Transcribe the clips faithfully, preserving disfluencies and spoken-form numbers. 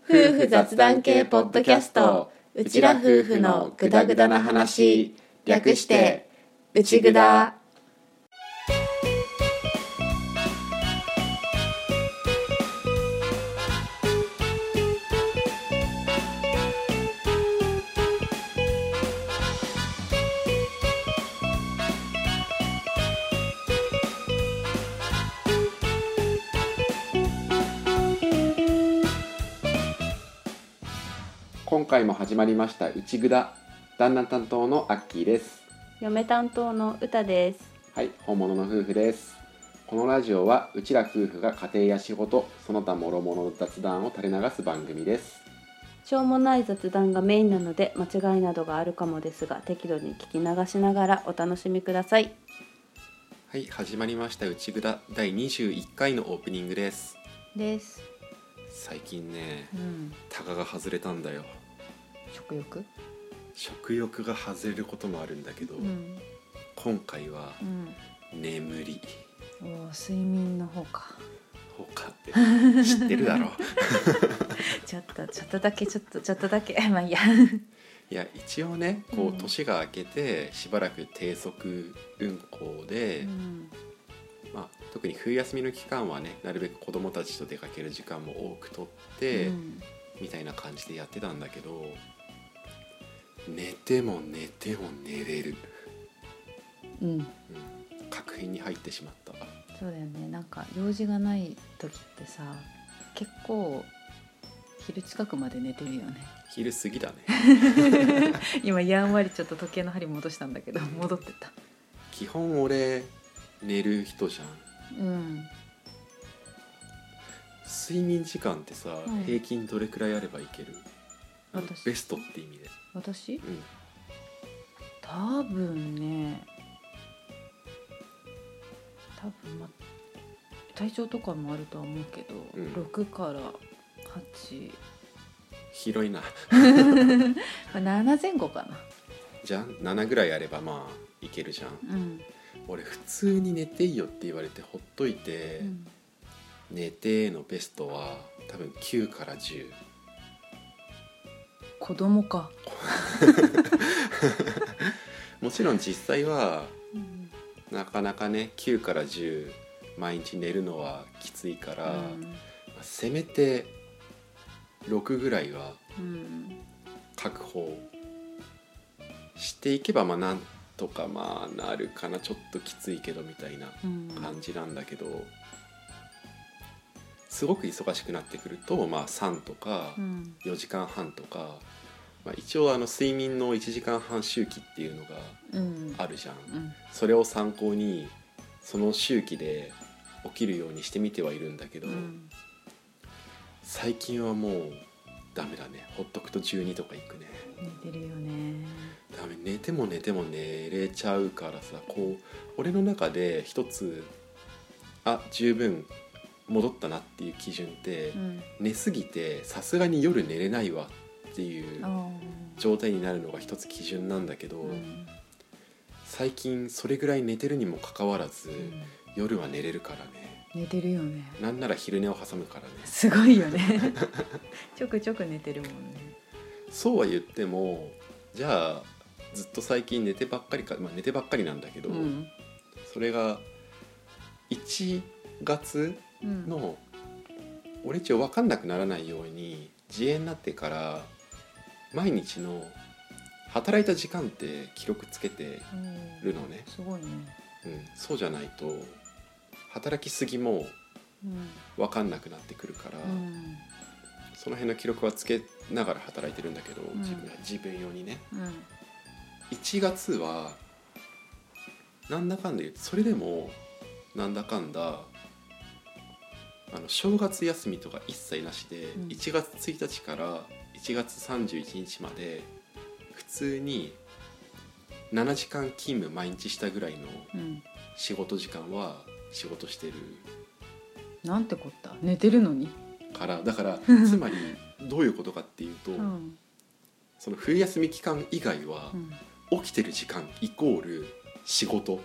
夫婦雑談系ポッドキャスト、うちら夫婦のグダグダな話、略してうちぐだ。 今回も始まりましたうちぐだ。旦那担当のアッキーです。 嫁担当のうたです。 はい、本物の夫婦です。このラジオはうちら夫婦が家庭や仕事、その他諸々の雑談を垂れ流す番組です。 しょうもない雑談がメインなので間違いなどがあるかもですが、適度に聞き流しながらお楽しみください。 はい、始まりましたうちぐだだいにじゅういっかいのオープニングですです最近ね、 うん、 タガが外れたんだよ。 食欲、 食欲が外れることもあるんだけど、 うん、 今回はうん、 眠り。 お睡眠の方か。 ほかって知ってるだろうちょっとちょっとだけちょっとちょっとだけまあいいやいや一応ね、こううん年が明けてしばらく低速運行で、 うんまあ、特に冬休みの期間はね、なるべく子どもたちと出かける時間も多くとって、 うん、 みたいな感じでやってたんだけど、寝ても寝ても寝れる、 うん、 うん、確変に入ってしまった。 そうだよね。なんか用事がない時ってさ、結構昼近くまで寝てるよね。 昼過ぎだね今やんわりちょっと時計の針戻したんだけど戻ってた。 基本俺寝る人じゃん。 うん。 睡眠時間ってさ、うん、平均どれくらいあればいける？ 私ベストって意味で。 私？ うん。 多分ね、多分ま体調とかもあるとは思うけど、うん、ろくからはち。 広いななな前後かな。 じゃあななぐらいあればまあいけるじゃん、うん、俺普通に寝ていいよって言われてほっといて、うん、寝てのベストは多分きゅうからじゅう。 子供かもちろん実際は、うん、なかなかねきゅうからじゅう毎日寝るのはきついから、うん、せめてろくぐらいは確保していけばまあなんとかまあなるかな。ちょっときついけどみたいな感じなんだけど、うん、すごく忙しくなってくるとまあさんとかよじかんはんとか、まあ、一応あの睡眠のいちじかんはん周期っていうのがあるじゃん、うんうん、それを参考にその周期で起きるようにしてみてはいるんだけど、うん、最近はもうダメだね。ほっとくとじゅうにとかいくね。 寝てるよね。 ダメ、寝ても寝ても寝れちゃうからさ、こう俺の中で一つあ十分戻ったなっていう基準って、うん、寝すぎてさすがに夜寝れないわっていう状態になるのが一つ基準なんだけど、うん、最近それぐらい寝てるにもかかわらず、うん、夜は寝れるからね。 寝てるよね。 なんなら昼寝を挟むからね。 すごいよねちょくちょく寝てるもんね。 そうは言ってもじゃあずっと最近寝てばっかりか、まあ、寝てばっかりなんだけど、うん、それがいちがつの、うん、俺一応分かんなくならないように自営になってから毎日の働いた時間って記録つけてるのね、 うん、すごいね、 うん、そうじゃないと働きすぎも分かんなくなってくるから、うん、その辺の記録はつけながら働いてるんだけど、うん、自分自分用にね、うん、いちがつはなんだかんだ言ってそれでもなんだかんだあの正月休みとか一切なしで、うん、いちがつついたちからいちがつさんじゅういちにちまで普通にななじかん勤務毎日したぐらいの仕事時間は仕事してる、 うん、なんてこった、寝てるのにからだからつまりどういうことかっていうと、うん、その冬休み期間以外は、うん、起きてる時間イコール仕事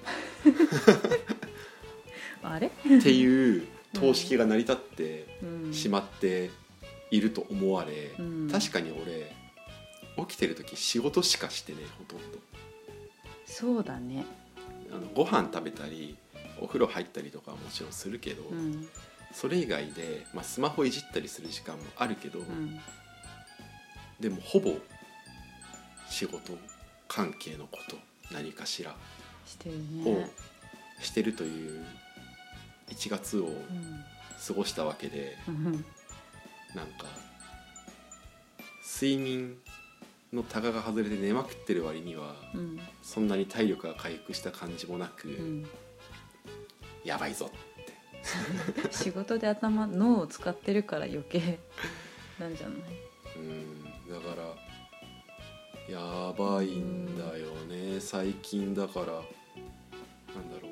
あれっていう等式が成り立ってしまっていると思われ、 うん、 確かに俺起きてる時仕事しかしてねほとんど。 そうだね。 あのご飯食べたりお風呂入ったりとかはもちろんするけど、 うん、 それ以外で、まあ、スマホいじったりする時間もあるけど、 うん、 でもほぼ仕事関係のこと何かしらしてるをね。 してるといういちがつを過ごしたわけで、 うん、 なんか睡眠のタガが外れて寝まくってる割には、 うん、 そんなに体力が回復した感じもなく、 うん、 やばいぞって仕事で頭脳を使ってるから余計なんじゃない？ うんだからやばいんだよね最近。だからなんだろう、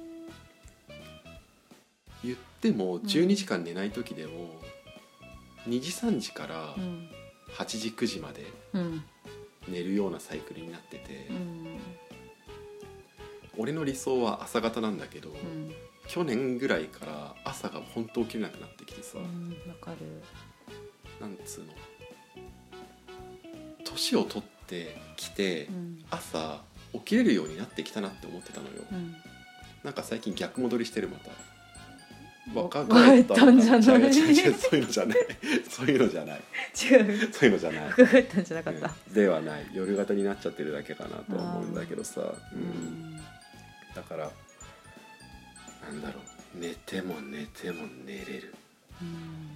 言ってもじゅうにじかん寝ない時でも、うん、にじさんじからはちじくじまで寝るようなサイクルになってて、うん、俺の理想は朝方なんだけど、うん、去年ぐらいから朝が本当起きれなくなってきてさ、 うん、わかる。 なんつうの、年を取ってきて、うん、朝起きれるようになってきたなって思ってたのよ、うん、なんか最近逆戻りしてる。また若返ったんじゃない？違う違う違うそういうのじゃないそういうのじゃない違うそういうのじゃない若返ったんじゃなかった、 うん、ではない。夜型になっちゃってるだけかなと思うんだけどさ、うん、だからなんだろう、寝ても寝ても寝れる、うん、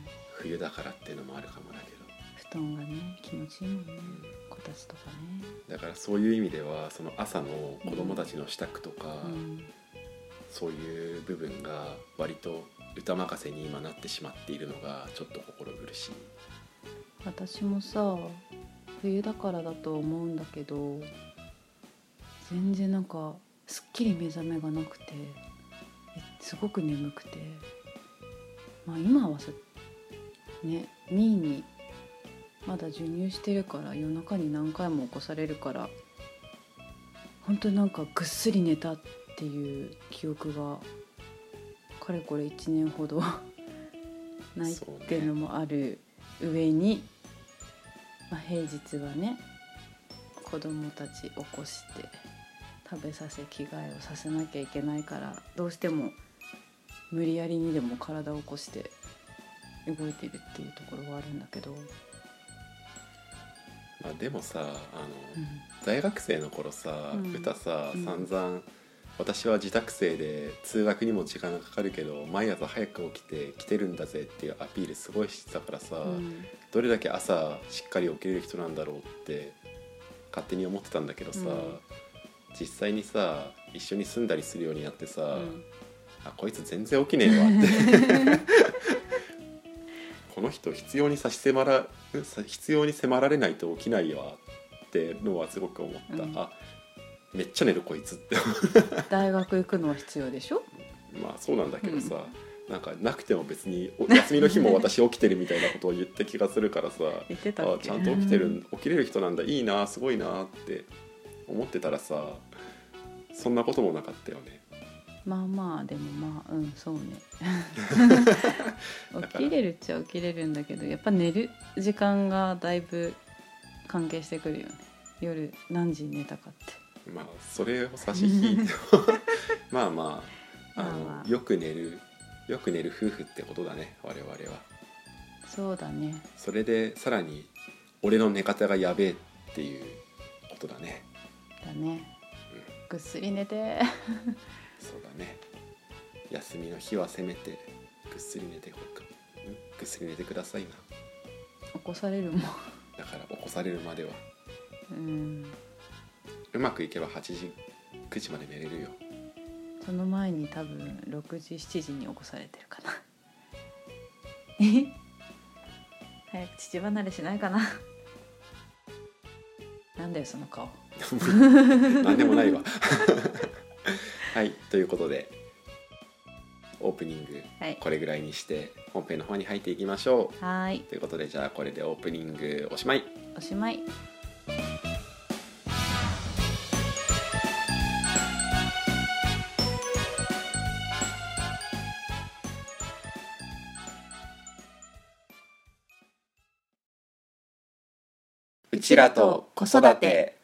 冬だからっていうのもあるかもだけど、 布団がね気持ちいいもんね、うん、こたつとかね。 だからそういう意味ではその朝の子供たちの支度とか、うん、そういう部分が割と歌任せに今なってしまっているのがちょっと心苦しい。 私もさ冬だからだと思うんだけど全然なんかすっきり目覚めがなくてすごく眠くて、まあ今はさねミーにまだ授乳してるから夜中に何回も起こされるから本当になんかぐっすり寝たっていう記憶がかれこれいちねんほどないっていうのもある上に、まあ、平日はね子供たち起こして食べさせ着替えをさせなきゃいけないからどうしても無理やりにでも体を起こして動いてるっていうところはあるんだけど、 まあ、でもさあの、うん、大学生の頃さ、うん、歌さ、うん、散々私は自宅生で通学にも時間がかかるけど毎朝早く起きて来てるんだぜっていうアピールすごいしてたからさ、うん、どれだけ朝しっかり起きれる人なんだろうって勝手に思ってたんだけどさ、うん、実際にさ一緒に住んだりするようになってさ、うん、あこいつ全然起きねえわってこの人必要に差し迫ら必要に迫られないと起きないわってのはすごく思った、うん、あめっちゃ寝るこいつって大学行くのは必要でしょ。 まあそうなんだけどさ、うん、なんかなくても別に休みの日も私起きてるみたいなことを言った気がするからさ言ってたっけ。 あちゃんと起きてる起きれる人なんだいいなすごいなって思ってたらさそんなこともなかったよね。 まあまあでもまあうんそうね起きれるっちゃ起きれるんだけどやっぱ寝る時間がだいぶ関係してくるよね。夜何時に寝たかって。 まあそれを差し引いてまあまあ、あの、まあまあ、よく寝るよく寝る夫婦ってことだね我々は。 そうだね。 それでさらに俺の寝方がやべえっていうことだね。 だね、うん、ぐっすり寝てそうだね。休みの日はせめてぐっすり寝てほか、うん、ぐっすり寝てくださいな。 起こされるもんだから起こされるまではうんうまくいけばはちじくじまで寝れるよ。 その前に多分ろくじしちじに起こされてるかな早く父離れしないかななんだよその顔なんでもないわはいということでオープニング、はい、これぐらいにして本編の方に入っていきましょう。 はいということでじゃあこれでオープニングおしまいおしまい。 うちらと子育て。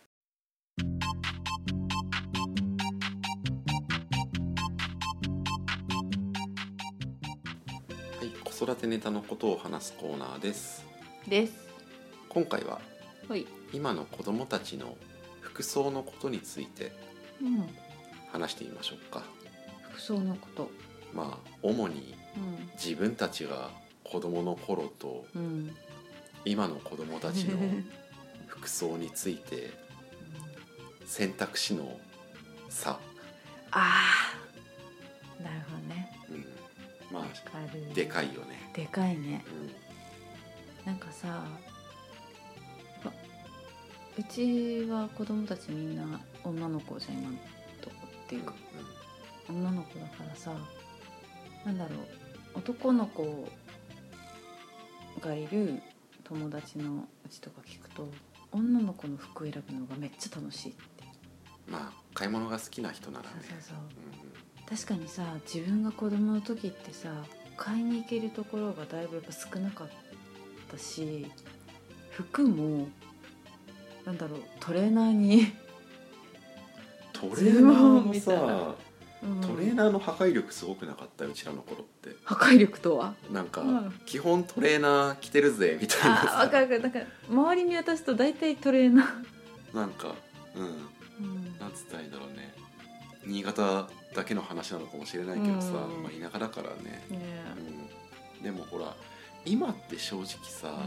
はい、子育てネタのことを話すコーナーですです。 今回ははい。 今の子どもたちの服装のことについてうん。 話してみましょうか。 服装のこと。 まあ主にうん。 自分たちが子どもの頃とうん。 今の子どもたちの服装について選択肢の差、 ああ。なるほどね。 うん、まわかある。 でかいよね。 でかいね。 うん、 なんかさ、まうちは子供たちみんな女の子じゃん今のとこっていうか、女の子だからさ、なんだろう、男の子がいる友達のうちとか聞くと、女の子の服選ぶのがめっちゃ楽しいって。 まあ買い物が好きな人ならね。 そうそうそう、 うん、 確かにさ、自分が子供の時ってさ、買いに行けるところがだいぶやっぱ少なかったし、服もなんだろう、トレーナーにトレーナーもさ、 うん、 トレーナーの破壊力すごくなかった？うちらの頃って破壊力とはなんか、 うん、 基本トレーナー着てるぜみたいなさ。 あ、分かる分かる。なんか周り見渡すと大体トレーナーなんかうん、うん、なんつったらいいんだろうね。新潟だけの話なのかもしれないけどさ、うん、まあ、田舎だからね、 ね、 うん、でもほら今って正直さ、うん、あ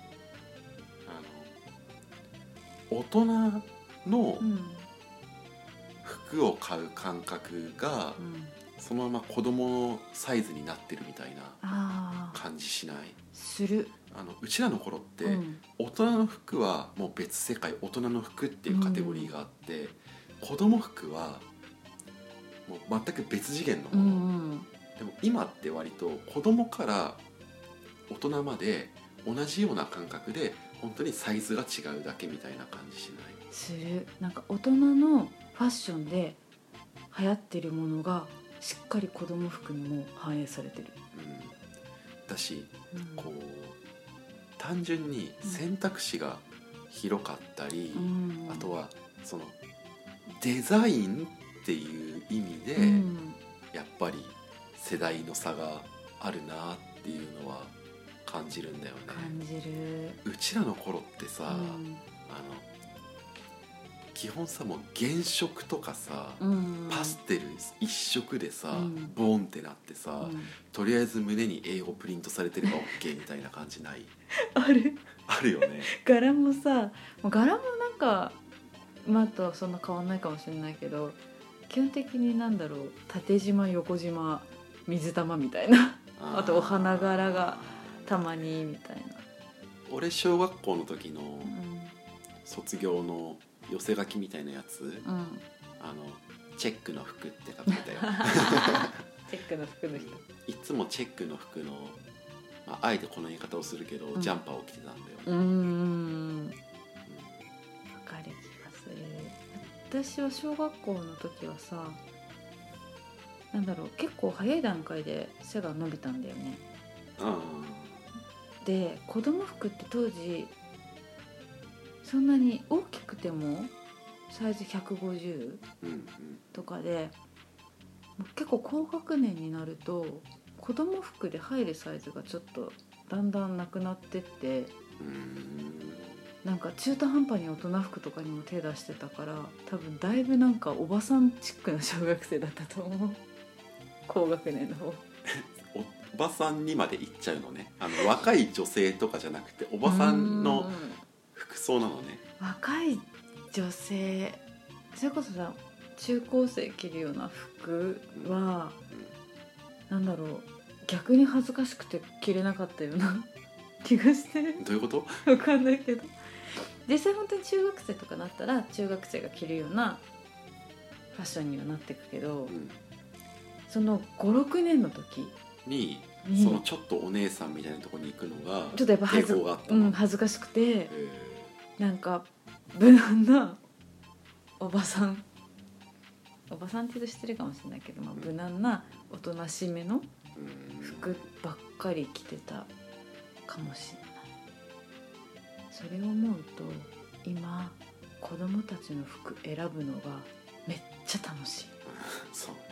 の大人の服を買う感覚が、うん、そのまま子供のサイズになってるみたいな感じしない？ する。 あのうちらの頃って、うん、大人の服はもう別世界、大人の服っていうカテゴリーがあって、うん、子供服はもう全く別次元のもの、うんうん、でも今って割と子供から大人まで同じような感覚で本当にサイズが違うだけみたいな感じしない？ する。なんか大人のファッションで流行ってるものがしっかり子供服にも反映されてる、 うん、だし、うん、こう単純に選択肢が広かったり、うん、あとはそのデザインっていう意味で、うん、やっぱり世代の差があるなっていうのは感じるんだよね。 感じる。 うちらの頃ってさ、うん、あの基本さ、もう原色とかさ、うん、パステル一色でさ、うん、ボーンってなってさ、うん、とりあえず胸に英語プリントされてれば OK みたいな感じない？ あるあるよね。 柄もさ、もう柄もなんか今とはそんな変わんないかもしれないけど、基本的になんだろう、縦縞横縞水玉みたいなあとお花柄がたまにみたいな。 俺小学校の時の卒業の寄せ書きみたいなやつ、うん、あのチェックの服って書いてたよチェックの服の人、 いつもチェックの服の、まあ、あえてこの言い方をするけど、うん、ジャンパーを着てたんだよ。 うーん、わかる気がする。私は小学校の時はさ、なんだろう、結構早い段階で背が伸びたんだよね。 あで、子供服って当時そんなに大きくてもサイズひゃくごじゅうとかで、うんうん、結構高学年になると子供服で入るサイズがちょっとだんだんなくなってって、うん、なんか中途半端に大人服とかにも手出してたから、多分だいぶなんかおばさんチックな小学生だったと思う高学年の方おばさんにまで行っちゃうのね。あの若い女性とかじゃなくておばさんの服装なのね。 若い女性、それこそさ、中高生着るような服は、うんうん、なんだろう、逆に恥ずかしくて着れなかったような気がして。 どういうこと？ わかんないけど、実際本当に中学生とかなったら中学生が着るようなファッションにはなってくけど、うん、そのごろくねんの時にそのちょっとお姉さんみたいなところに行くのがちょっとやっぱ恥ず、 うん、 恥ずかしくて、なんか無難なおばさん、おばさんって言うと知ってるかもしれないけど、まあ、無難なおとなしめの服ばっかり着てたかもしれない。 それを思うと今子供たちの服選ぶのがめっちゃ楽しい。 そうね、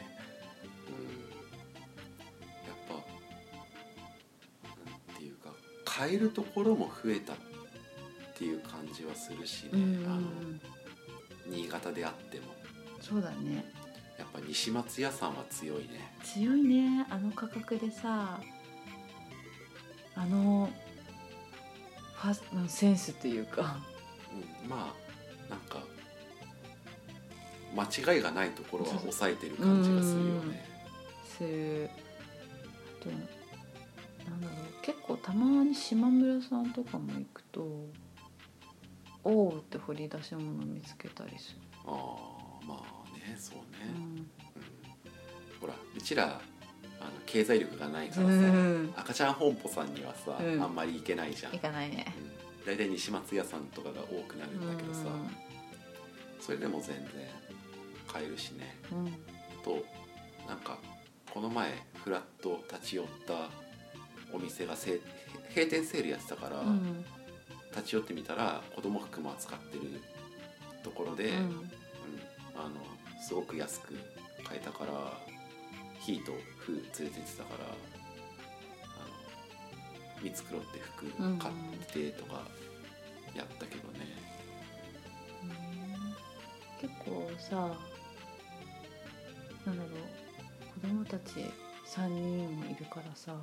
うん、やっぱなんていうか買えるところも増えたっていう感じはするしね、うん、あの新潟であっても。 そうだね、 やっぱ西松屋さんは強いね。 強いね、あの価格でさ、あのファセンスっていうか、 うん、まあなんか間違いがないところは抑えてる感じがするよね。 する。あとなんだろう、結構たまに島村さんとかも行くとおーって掘り出し物見つけたりする。 ああ、まあね、そうね、うんうん、ほらうちらあの経済力がないからさ、うん、赤ちゃん本舗さんにはさ、うん、あんまり行けないじゃん。 行かないね、 うん、だいたい西松屋さんとかが多くなるんだけどさ、うん、それでも全然買えるしね、うん、となんかこの前フラッと立ち寄ったお店が閉店セールやってたから、うん、立ち寄ってみたら子供服も扱ってるところで、うんうん、あのすごく安く買えたからヒーとフー連れてってたから、あの見繕って服買ってとかやったけどね、 うん、結構さ、なんだろう、子供たちさんにんもいるからさ、うん、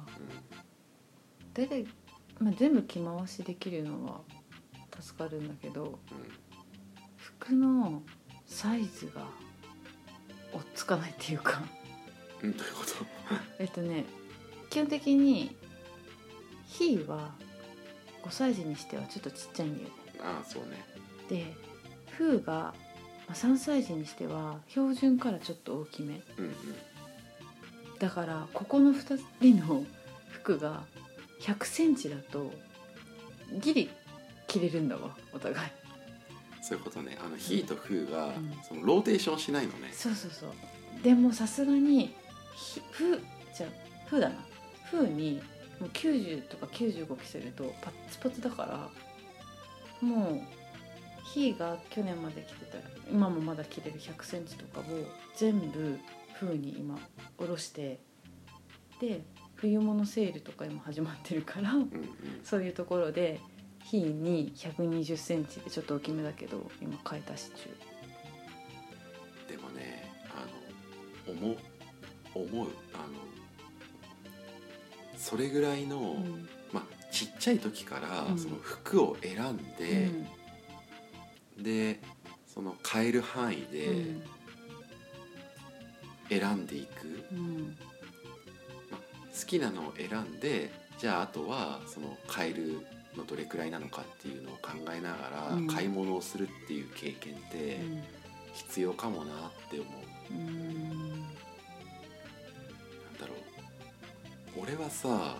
だいたい、まあ、全部着回しできるのは助かるんだけど、うん、服のサイズが追っつかないっていうかうん、どういうことえっとね、基本的にヒーはごさい児にしてはちょっとちっちゃいんだよね。 ああ、そうね。 でフーがさんさい児にしては標準からちょっと大きめ、うんうん、だからここのふたりの服がひゃくセンチだとギリ着れるんだわ、お互い。 そういうことね。あのヒーとフーが、うん、そのローテーションしないのね。 そうそうそう。でもさすがにフーじゃフーだなフーにもうきゅうじゅうとかきゅうじゅうご着せるとパッツパツだから、もうヒーが去年まで着てた今もまだ着れるひゃくセンチとかを全部フーに今下ろして、で冬物セールとか今始まってるから、うんうん、そういうところでヒーにひゃくにじゅっセンチでちょっと大きめだけど今買い足し中。 でもね、あの思う思うあのそれぐらいの、うん、まあちっちゃい時からその服を選んで、うん、でその買える範囲で選んでいく、うんまあ、好きなのを選んで、じゃああとはその買えるのどれくらいなのかっていうのを考えながら買い物をするっていう経験って必要かもなって思う。うん、なんだろう、俺はさ、ま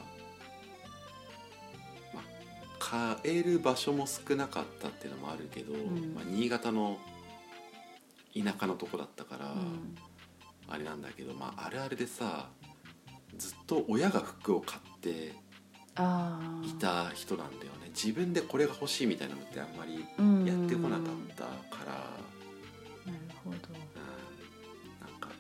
あ、買える場所も少なかったっていうのもあるけど、うんまあ、新潟の田舎のとこだったから、うん、あれなんだけど、まあ、あるあるでさ、ずっと親が服を買っていた人なんだよね。自分でこれが欲しいみたいなのってあんまりやってこなかったから。 なるほど、うん、 なんか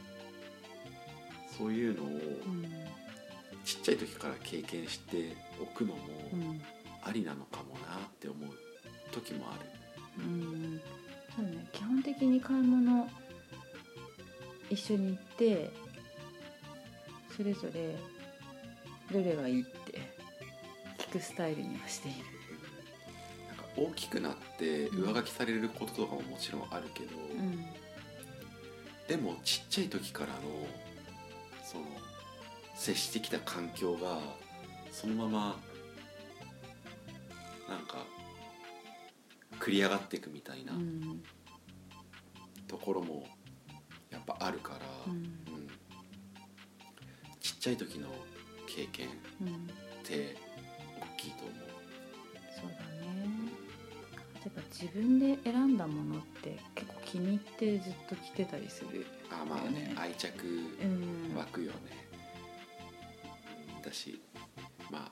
そういうのをちっちゃい時から経験しておくのもありなのかもなって思う時もある。 うん、そうね、基本的に買い物一緒に行ってそれぞれどれがいいって聞くスタイルにはしている。 なんか大きくなって上書きされることとかももちろんあるけど、うん、でもちっちゃい時からのその接してきた環境がそのままなんか繰り上がっていくみたいなところもやっぱあるから、うんうん、ちっちゃい時の経験って大きいと思う。 そうだね。てか自分で選んだものって結構気に入ってずっと着てたりする。 あ、まあね、愛着湧くよね、うん、だし、まあ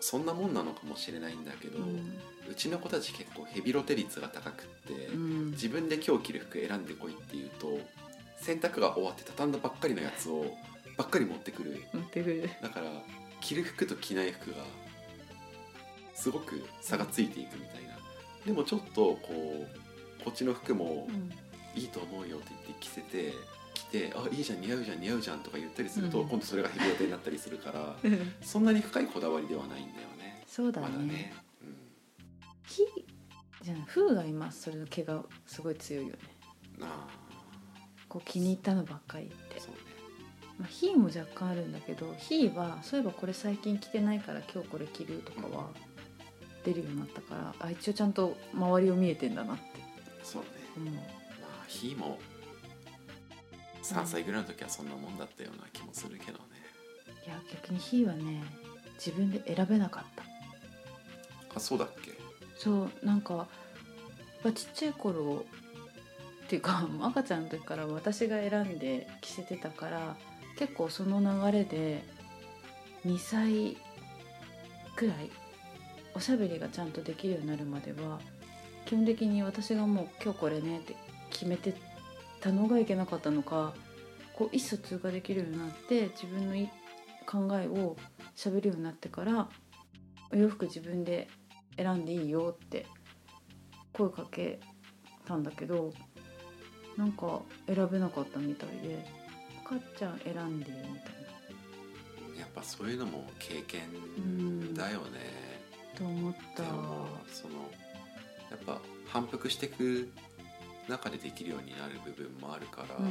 そんなもんなのかもしれないんだけど、 うん、 うちの子たち結構ヘビロテ率が高くって、 うん、 自分で今日着る服選んでこいって言うと洗濯が終わって畳んだばっかりのやつをばっかり持ってくる。 持ってくる。だから着る服と着ない服がすごく差がついていくみたいな。でもちょっとこうこっちの服もいいと思うよって言って着せて着て、あ、いいじゃん似合うじゃん似合うじゃんとか言ったりすると、うん、今度それがヘビロテになったりするからそんなに深いこだわりではないんだよね。 そうだね、 まだね、うん、 ひじゃあ風が今それの毛がすごい強いよね。あこう気に入ったのばっかりって。そうね。まあ、ヒーも若干あるんだけど、ヒーはそういえばこれ最近着てないから今日これ着るとかは出るようになったから、あ、一応ちゃんと周りを見えてんだなって。 そうね、うん、まあヒーもさんさいぐらいの時はそんなもんだったような気もするけどね。 いや逆にヒーはね自分で選べなかった。 あ、そうだっけ。 そうなんかちっちゃい頃っていうか赤ちゃんの時から私が選んで着せてたから、結構その流れでにさいくらいおしゃべりがちゃんとできるようになるまでは基本的に私がもう今日これねって決めてたのがいけなかったのか、こう意思疎通ができるようになって自分の考えをしゃべるようになってから、お洋服自分で選んでいいよって声かけたんだけど、なんか選べなかったみたいで、かっちゃん選んでみたいな。やっぱそういうのも経験だよね、 と思った。 そのやっぱ反復していく中でできるようになる部分もあるから、うん、うん、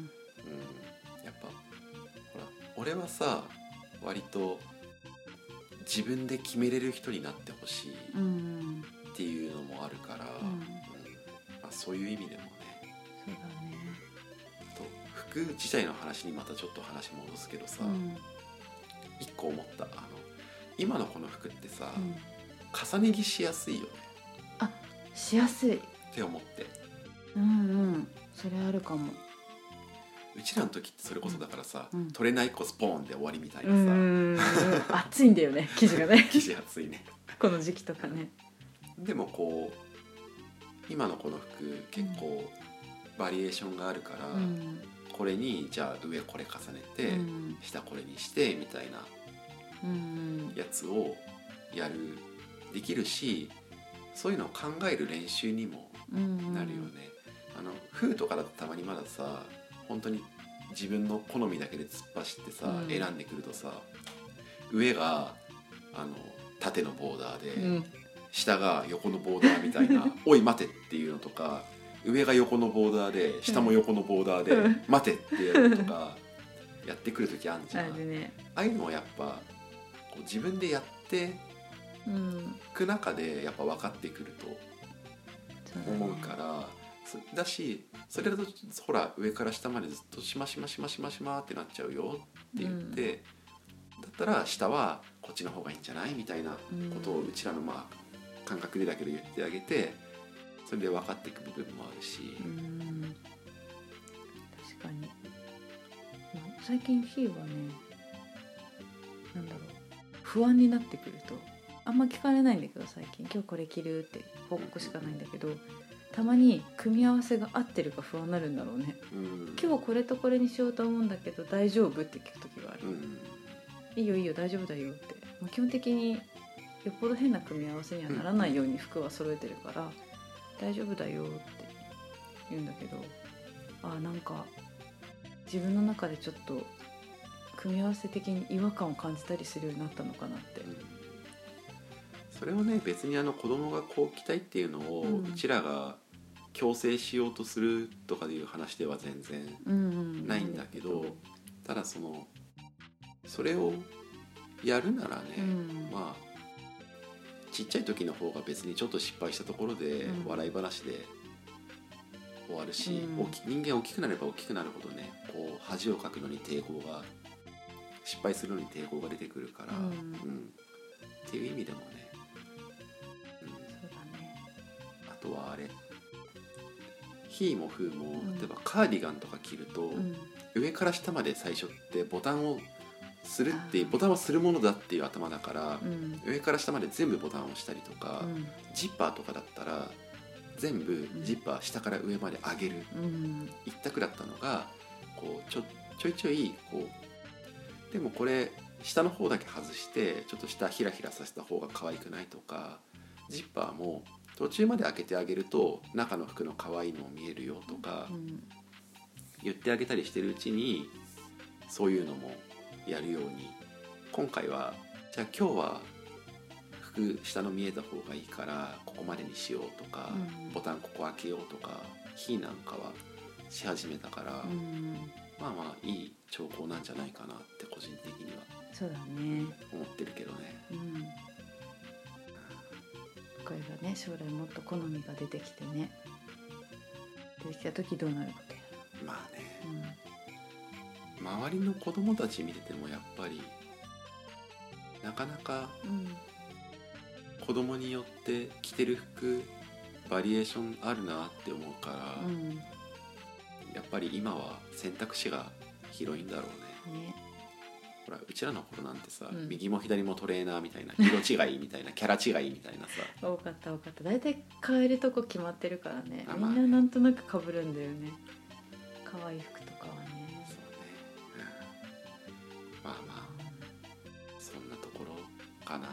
やっぱほら俺はさ割と自分で決めれる人になってほしいっていうのもあるから、うんうん、まあ、そういう意味でもね。 そうだね。 と服自体の話にまたちょっと話戻すけどさ、うん、一個思った。あの今のこの服ってさ、うん、重ね着しやすいよね。 あ、しやすいって思って。 うんうん、それあるかも。 うちらの時ってそれこそだからさ、うん、取れないこスポーンで終わりみたいなさ、 うん熱いんだよね生地がね生地熱いねこの時期とかね。 でもこう今のこの服結構バリエーションがあるから、うん、これにじゃあ上これ重ねて、うん、下これにしてみたいなやつをやるできるし、そういうのを考える練習にもなるよね。あの風とかだとたまにまださ本当に自分の好みだけで突っ走ってさ、うん、選んでくるとさ、上があの縦のボーダーで、うん、下が横のボーダーみたいなおい待てっていうのとか、上が横のボーダーで下も横のボーダーで、うん、待てってやるのとかやってくる時あるじゃん。あるね。ああいうのはやっぱこう自分でやってく中でやっぱ分かってくると思うから、だしそれだとほら上から下までずっとしましましましましまってなっちゃうよって言って、うん、だったら下はこっちの方がいいんじゃないみたいなことをうちらのまあ感覚でだけど言ってあげて、それで分かっていく部分もあるし、うん、 確かに最近ヒーはね、なんだろう、不安になってくるとあんま聞かれないんだけど、最近今日これ着るって報告しかないんだけど、たまに組み合わせが合ってるか不安になるんだろうね、うん、今日これとこれにしようと思うんだけど大丈夫って聞く時がある、うん、いいよいいよ大丈夫だよって、まあ、基本的によっぽど変な組み合わせにはならないように服は揃えてるから、うん、大丈夫だよって言うんだけど、ああなんか自分の中でちょっと組み合わせ的に違和感を感じたりするようになったのかなって、うん、 それをね別にあの子供がこう着たいっていうのをうちらが強制しようとするとかいう話では全然ないんだけど、ただそのそれをやるならね、うん、まあちっちゃい時の方が別にちょっと失敗したところで笑い話で終わるし、うん、人間大きくなれば大きくなるほどね、こう恥をかくのに抵抗が、失敗するのに抵抗が出てくるから、うんうん、っていう意味でもね、うん、そうだね。あとはあれヒーもフーも、例えばカーディガンとか着ると、うん、上から下まで最初ってボタンをするっていうボタンはするものだっていう頭だから、 うん、 上から下まで全部ボタンを押したりとか、 うん、 ジッパーとかだったら全部ジッパー下から上まで上げる、 うん、 一択だったのがこうちょちょいちょいこうでもこれ下の方だけ外してちょっと下ひらひらさせた方が可愛くないとか、ジッパーも途中まで開けてあげると中の服の可愛いのも見えるよとか、 うん、 言ってあげたりしてるうちにそういうのもやるように、今回はじゃあ今日は服下の見えた方がいいからここまでにしようとか、 うん、 ボタンここ開けようとか日なんかはし始めたから、 うん、 まあまあいい兆候なんじゃないかなって個人的にはそうだね、 思ってるけどね。 うん、これがね将来もっと好みが出てきてね、出てきた時どうなるかって。 まあね、 うん、 周りの子供たち見ててもやっぱりなかなか子供によって着てる服バリエーションあるなって思うから、 うん、 やっぱり今は選択肢が広いんだろうね。 ね、 ほらうちらの頃なんてさ、 うん、 右も左もトレーナーみたいな、色違いみたいなキャラ違いみたいなさ多かった多かった。大体変えるとこ決まってるからね、みんあまあねななんとなく被るんだよね、可愛い服とかはね。 そうね、うん、まあまあそんなところかな。 かな、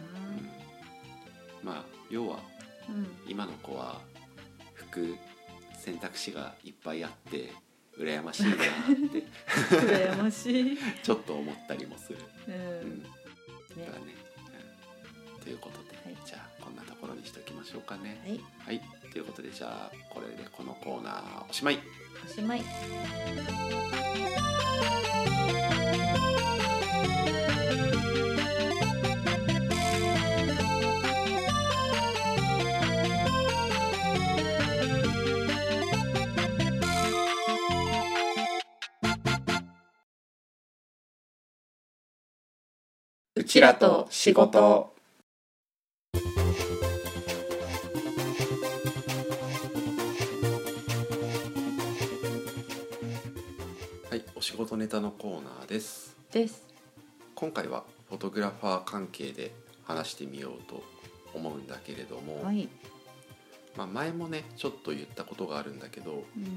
うん、まあ要はうん、 今の子は服選択肢がいっぱいあって羨ましいなって羨ましい、 ちょっと思ったりもする、 うん、 うんね、 だね、うん、ということで、 はい、 じゃあこんなところにしておきましょうかね。 はい、 はい、ということでじゃあこれでこのコーナーおしまい。 おしまい。 うちらと仕事。はい、お仕事ネタのコーナーですです。 今回はフォトグラファー関係で話してみようと思うんだけれども、 はい、 まあ、前もねちょっと言ったことがあるんだけど、 うん、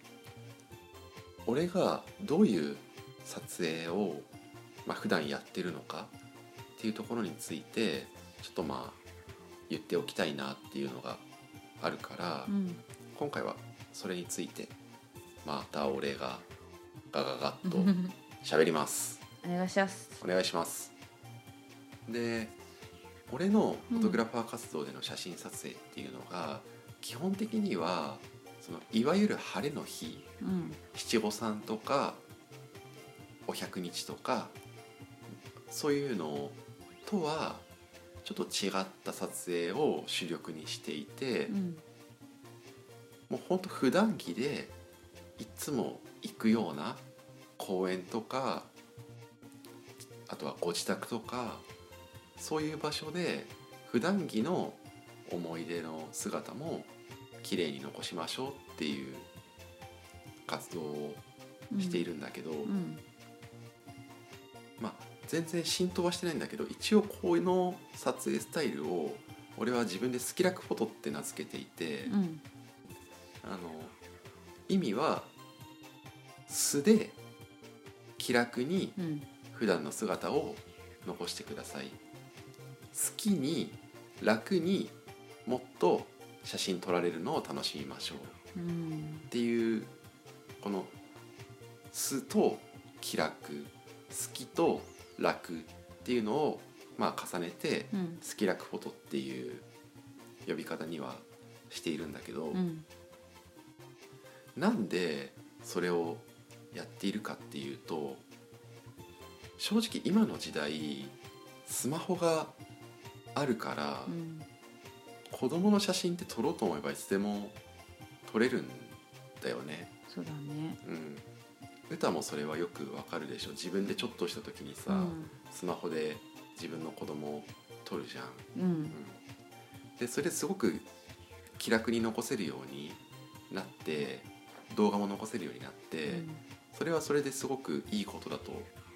俺がどういう撮影を、まあ、普段やってるのかっていうところについてちょっとまあ言っておきたいなっていうのがあるから、 うん、 今回はそれについてまた俺がガガガッと喋りますお願いします。 お願いします。で俺のフォトグラファー活動での写真撮影っていうのが、うん、基本的にはそのいわゆる晴れの日、 うん、 七五三とかお百日とかそういうのとはちょっと違った撮影を主力にしていて、うん、もうほんと普段着でいつも行くような公園とかあとはご自宅とかそういう場所で普段着の思い出の姿も綺麗に残しましょうっていう活動をしているんだけど、うんうん、まあ全然浸透はしてないんだけど一応この撮影スタイルを俺は自分でスキラクフォトって名付けていて、うん、あの意味は素で気楽に普段の姿を残してください、好きに楽にもっと写真撮られるのを楽しみましょうっていう、この素と気楽、好きと楽っていうのをまあ重ねてスキラクフォトっていう呼び方にはしているんだけど、うん、なんでそれをやっているかっていうと、正直今の時代スマホがあるから、うん、子供の写真って撮ろうと思えばいつでも撮れるんだよね。 そうだね、 うん、歌もそれはよくわかるでしょ。自分でちょっとした時にさ、うん、スマホで自分の子供を撮るじゃん、うんうん、でそれすごく気楽に残せるようになって動画も残せるようになって、うん、それはそれですごくいいことだと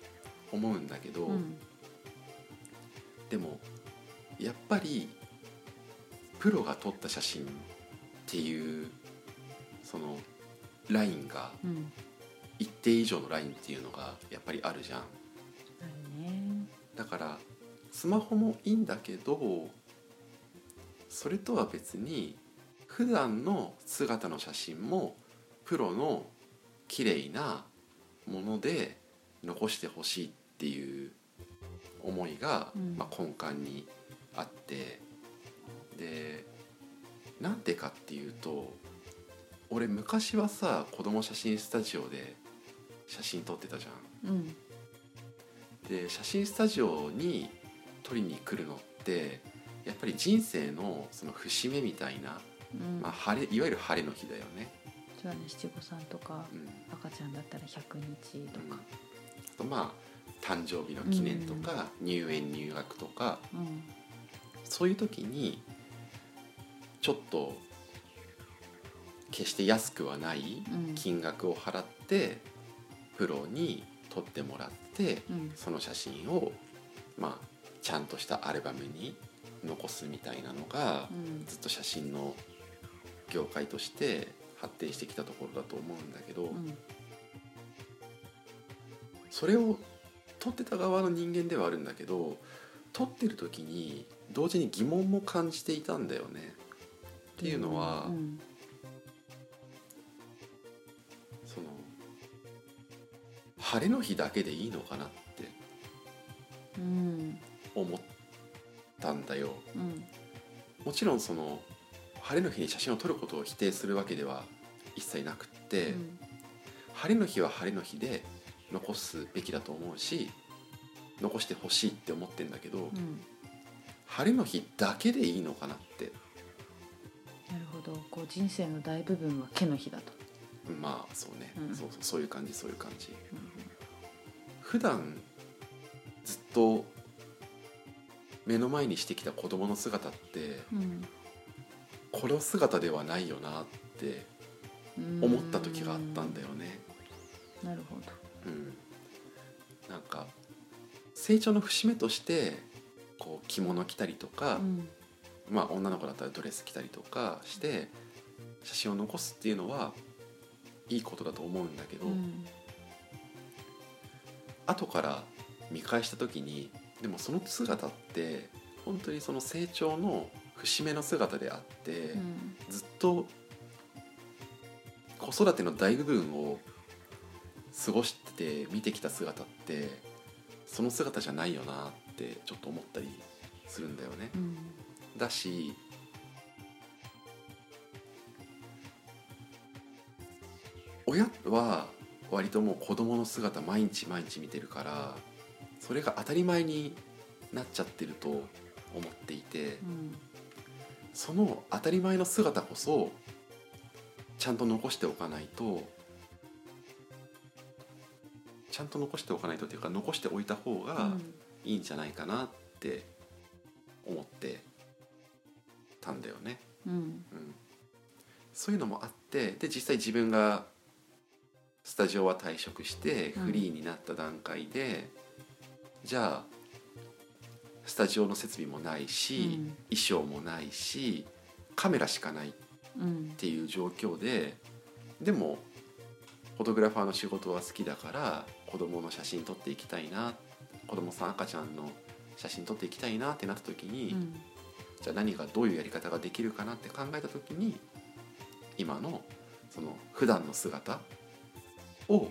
思うんだけど、 うん、 でもやっぱりプロが撮った写真っていうそのラインが、 うん、 一定以上のラインっていうのがやっぱりあるじゃん。 あるね。 だからスマホもいいんだけど、それとは別に普段の姿の写真もプロの綺麗なもので残してほしいっていう思いが、 うんまあ、根幹にあって、でなんでかっていうと、俺昔はさ子供写真スタジオで写真撮ってたじゃん。 うん、 で写真スタジオに撮りに来るのってやっぱり人生のその節目みたいな、 うん、 まあ、晴れいわゆる晴れの日だよね。 そうだね、七五三とか、 うん、 赤ちゃんだったらひゃくにちとか、 あとまあ誕生日の記念とか、うん、入園入学とか、 うん、 そういう時にちょっと決して安くはない金額を払ってプロに撮ってもらって、うん、その写真をまあちゃんとしたアルバムに残すみたいなのが、うん、ずっと写真の業界として発展してきたところだと思うんだけど、うん、それを撮ってた側の人間ではあるんだけど、撮ってる時に同時に疑問も感じていたんだよね。っていうのは、うんうん、その晴れの日だけでいいのかなって思ったんだよ、うん、もちろんその晴れの日に写真を撮ることを否定するわけでは一切なくって、うん、晴れの日は晴れの日で残すべきだと思うし残してほしいって思ってんだけど、うん、晴れの日だけでいいのかなって。 なるほど、こう人生の大部分は毛の日だと。 まあそうね、うん、そうそうそういう感じそういう感じ、うん、普段ずっと目の前にしてきた子供の姿って、うん、この姿ではないよなって思った時があったんだよね。 なるほど、 うん、なんか成長の節目としてこう着物着たりとか、うん、まあ女の子だったらドレス着たりとかして写真を残すっていうのはいいことだと思うんだけど、うん、後から見返した時にでもその姿って本当にその成長の節目の姿であって、うん、ずっと子育ての大部分を過ごして見てきた姿ってその姿じゃないよなってちょっと思ったりするんだよね、うん、だし親は割ともう子供の姿毎日毎日見てるからそれが当たり前になっちゃってると思っていて、うん、その当たり前の姿こそちゃんと残しておかないとちゃんと残しておかないとっていうか残しておいた方がいいんじゃないかなって思ってたんだよね、うんうん、そういうのもあってで実際自分がスタジオは退職してフリーになった段階で、うん、じゃあスタジオの設備もないし、うん、衣装もないしカメラしかないっていう状況で、うん、でもフォトグラファーの仕事は好きだから子供の写真撮っていきたいな子供さん赤ちゃんの写真撮っていきたいなってなった時に、うん、じゃあ何がどういうやり方ができるかなって考えた時に今のその普段の姿を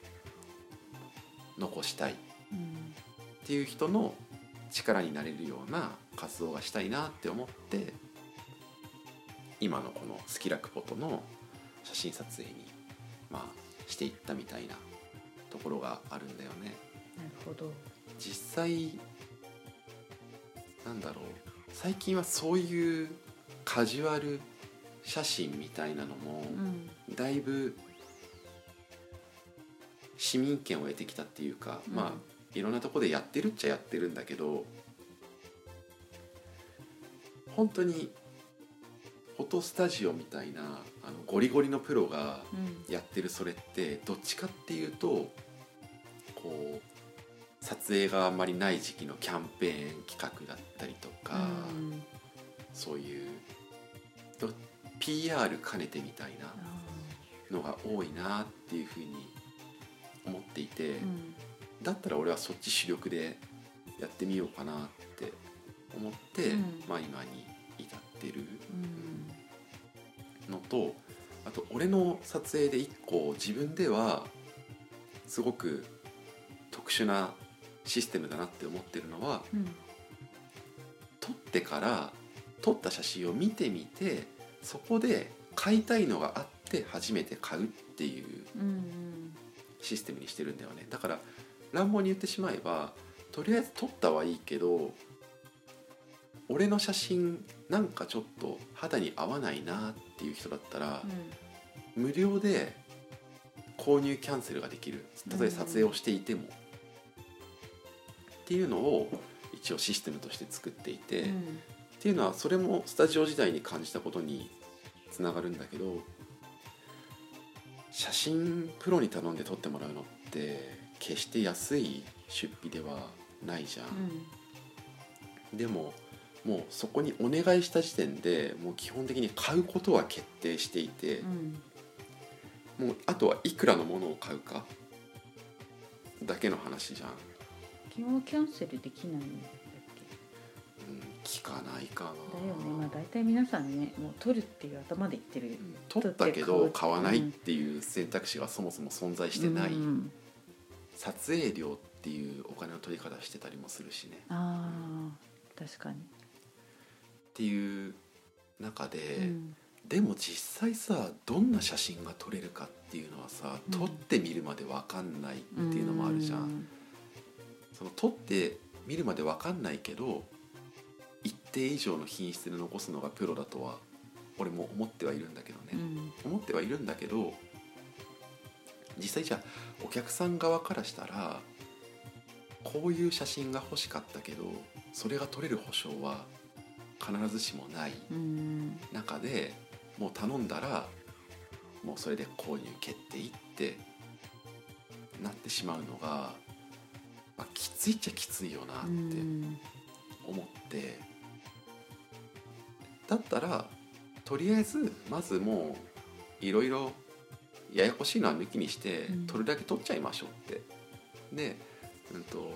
残したいっていう人の力になれるような活動がしたいなって思って今のこのスキラクフォトの写真撮影にまあしていったみたいなところがあるんだよね。 なるほど。 実際なんだろう最近はそういうカジュアル写真みたいなのもだいぶ市民権を得てきたっていうか、うん、まあいろんなとこでやってるっちゃやってるんだけど本当にフォトスタジオみたいなあのゴリゴリのプロがやってるそれってどっちかっていうとこう撮影があんまりない時期のキャンペーン企画だったりとか、うん、そういうと ピーアール 兼ねてみたいなのが多いなっていうふうに思っていて、うん、だったら俺はそっち主力でやってみようかなって思って、うん、まあ今に至ってるのと、あと俺の撮影で一個自分ではすごく特殊なシステムだなって思ってるのは、うん、撮ってから撮った写真を見てみて、そこで買いたいのがあって初めて買うっていうシステムにしてるんだよね。だから乱暴に言ってしまえば、とりあえず撮ったはいいけど、俺の写真なんかちょっと肌に合わないなっていう人だったら、うん、無料で購入キャンセルができる。たとえ撮影をしていても、うん、っていうのを一応システムとして作っていて、うん、っていうのはそれもスタジオ時代に感じたことにつながるんだけど、写真プロに頼んで撮ってもらうのって決して安い出費ではないじゃん、うん、でももうそこにお願いした時点でもう基本的に買うことは決定していて、うん、もうあとはいくらのものを買うかだけの話じゃん。 基本キャンセルできないんだっけ、うん、聞かないかな。 だよね。まあ大体皆さんね、もう取るっていう頭で言ってる、うん、 取ったけど買わないっていう選択肢がそもそも存在してない、うん、撮影料っていうお金の取り方してたりもするしね。 ああ、確かにっていう中で、うん、でも実際さ、どんな写真が撮れるかっていうのはさ、うん、撮ってみるまで分かんないっていうのもあるじゃん、うん、その撮ってみるまで分かんないけど一定以上の品質で残すのがプロだとは俺も思ってはいるんだけどね、うん、思ってはいるんだけど、実際じゃあお客さん側からしたらこういう写真が欲しかったけどそれが撮れる保証は必ずしもない中で、もう頼んだらもうそれで購入決定ってなってしまうのが、まあ、きついっちゃきついよなって思って、だったらとりあえずまずもういろいろややこしいのは抜きにして撮るだけ撮っちゃいましょうって。で、うんと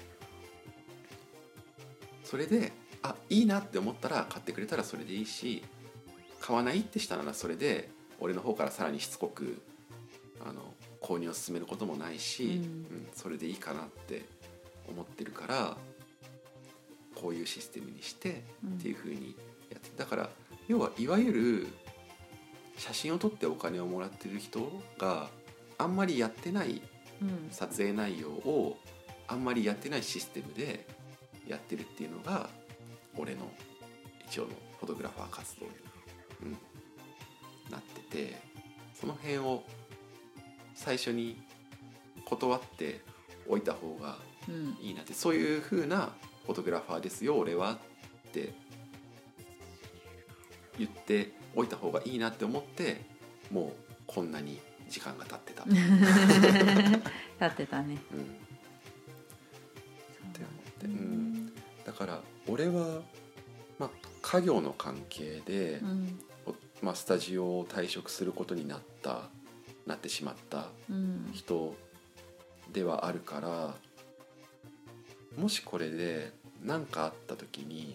それであいいなって思ったら買ってくれたらそれでいいし、買わないってしたならそれで俺の方からさらにしつこくあの購入を進めることもないし、うんうん、それでいいかなって思ってるからこういうシステムにしてっていう風にやって、だから要はいわゆる写真を撮ってお金をもらってる人があんまりやってない撮影内容をあんまりやってないシステムでやってるっていうのが俺の一応のフォトグラファー活動に、うん、なってて、その辺を最初に断っておいた方がいいなって、うん、そういう風なフォトグラファーですよ俺はって言っておいた方がいいなって思って、もうこんなに時間が経ってた経ってたね、 うん、って思って、うん、だから俺は、まあ、家業の関係で、うんまあ、スタジオを退職することになったなってしまった人ではあるから、うん、もしこれで何かあった時に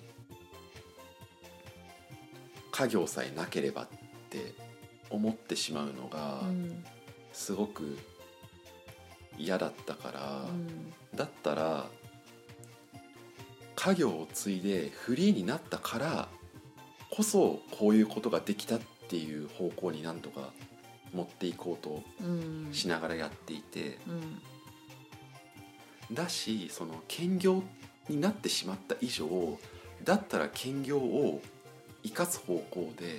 家業さえなければって思ってしまうのがすごく嫌だったから、うん、だったら家業を継いでフリーになったからこそこういうことができたっていう方向になんとか持っていこうとしながらやっていて、うん、だしその兼業になってしまった以上だったら兼業を生かす方向で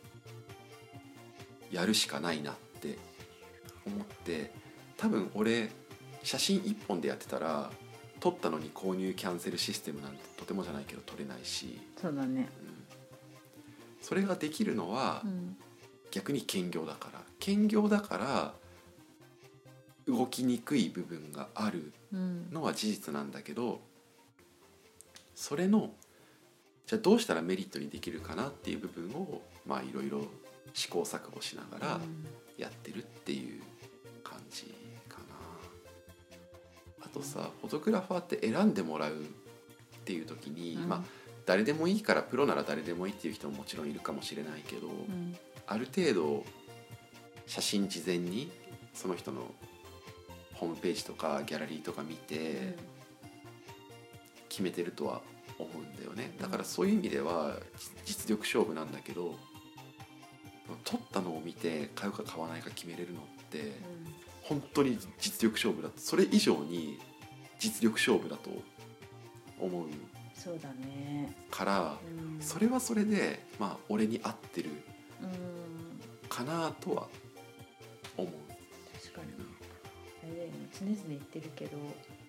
やるしかないなって思って、多分俺写真一本でやってたら撮ったのに購入キャンセルシステムなんてとてもじゃないけど撮れないし、 そうだね、 うん、それができるのは逆に兼業だから、兼業だから動きにくい部分があるのは事実なんだけど、それのじゃあどうしたらメリットにできるかなっていう部分をまあいろいろ試行錯誤しながらやってるっていう感じかな。あとさ、フォトグラファーって選んでもらうっていう時に、うん、まあ誰でもいいからプロなら誰でもいいっていう人ももちろんいるかもしれないけど、うん、ある程度写真事前にその人のホームページとかギャラリーとか見て決めてるとは思うんだよね。だからそういう意味では実力勝負なんだけど、撮ったのを見て買うか買わないか決めれるのって本当に実力勝負だと、それ以上に実力勝負だと思う。 そうだね。 から、うん、それはそれでまあ俺に合ってるかなとは思う。 確かに、あれだよね、常々言ってるけど、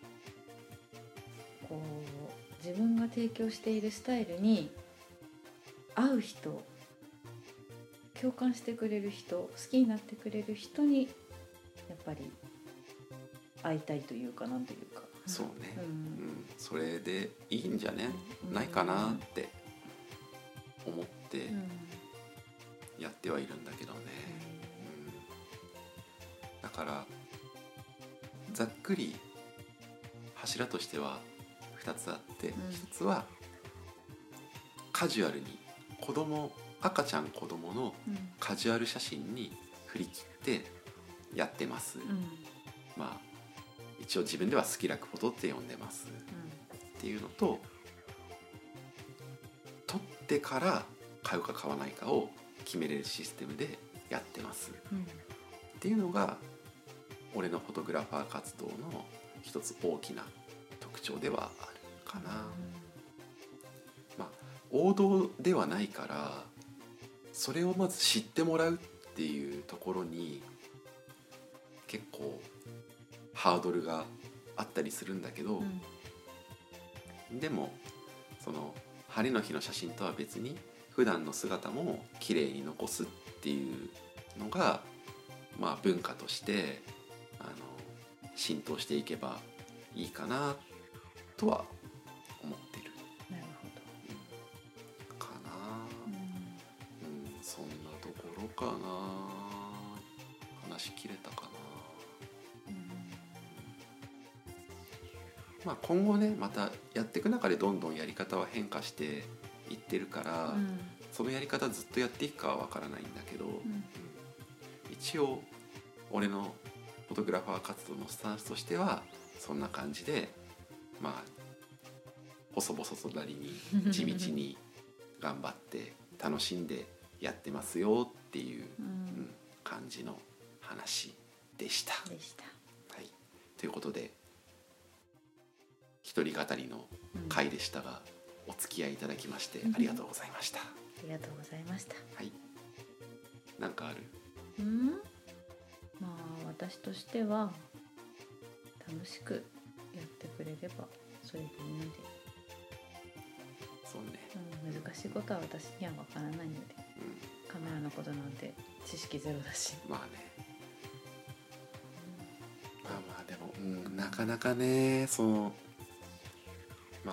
こう自分が提供しているスタイルに合う人、共感してくれる人、好きになってくれる人にやっぱり会いたいというか、なんというか、 そうね、うんうん、それでいいんじゃね、うん、ないかなって思ってやってはいるんだけどね、うん、だからざっくり柱としてはふたつあって、うん、ひとつはカジュアルに子供赤ちゃん子供のカジュアル写真に振り切ってやってます、うん、まあ一応自分ではスキラクフォトって呼んでます、うん、っていうのと、撮ってから買うか買わないかを決めれるシステムでやってます、うん、っていうのが俺のフォトグラファー活動の一つ大きな特徴ではあるかな、うん、まあ王道ではないからそれをまず知ってもらうっていうところに結構ハードルがあったりするんだけど、うん、でもその晴れの日の写真とは別に普段の姿も綺麗に残すっていうのが、まあ、文化としてあの浸透していけばいいかなとは思ってる。 なるほど、 うん、かな、うんうん、そんなところかな。話切れたかな。まあ、今後ねまたやっていく中でどんどんやり方は変化していってるから、うん、そのやり方ずっとやっていくかはわからないんだけど、うんうん、一応俺のフォトグラファー活動のスタンスとしてはそんな感じでまあ細々となりに地道に頑張って楽しんでやってますよっていう、うんうん、感じの話でした。 でした、 はい、ということで一人語りの回でしたが、うん、お付き合いいただきましてありがとうございました。ありがとうございました。 はい。なんかある？ うん？まあ私としては楽しくやってくれればそれでいいので。 そうね。 うん、難しいことは私にはわからないので、うん、カメラのことなんて知識ゼロだし。 まあね。うん、まあまあでも、うん、なかなかねその。まあ、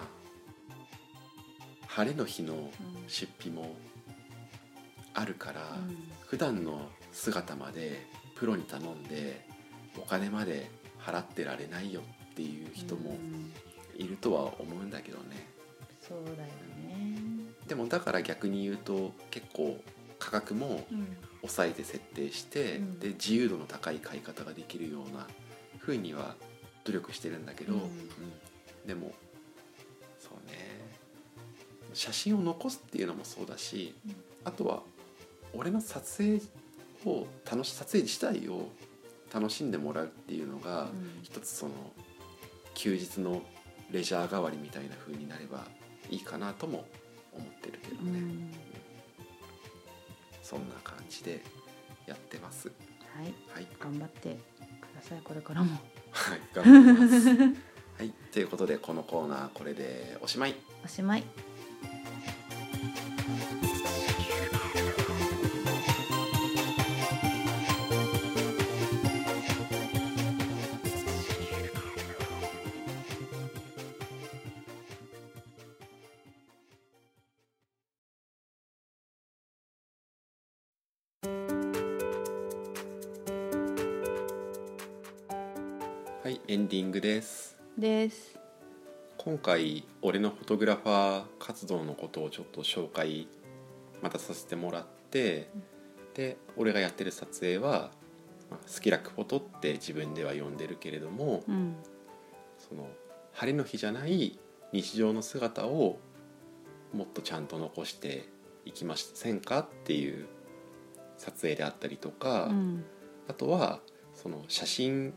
晴れの日の出費もあるから、うん、普段の姿までプロに頼んでお金まで払ってられないよっていう人もいるとは思うんだけどね、 うん、そうだよね。 でもだから逆に言うと結構価格も抑えて設定して、うん、で自由度の高い買い方ができるような風には努力してるんだけど、うんうん、でもそうね、写真を残すっていうのもそうだし、うん、あとは俺の撮影を楽し撮影自体を楽しんでもらうっていうのが、うん、一つその休日のレジャー代わりみたいな風になればいいかなとも思ってるけどね、うん、そんな感じでやってます。 はい、はい、頑張ってくださいこれからも。 はい、頑張ります。はい、ということでこのコーナーこれでおしまい。 おしまい。 はい、エンディングですです。 今回俺のフォトグラファー活動のことをちょっと紹介またさせてもらって、うん、で俺がやってる撮影は、まあ、スキラックフォトって自分では呼んでるけれども、うん、その晴れの日じゃない日常の姿をもっとちゃんと残していきませんかっていう撮影であったりとか、うん、あとはその写真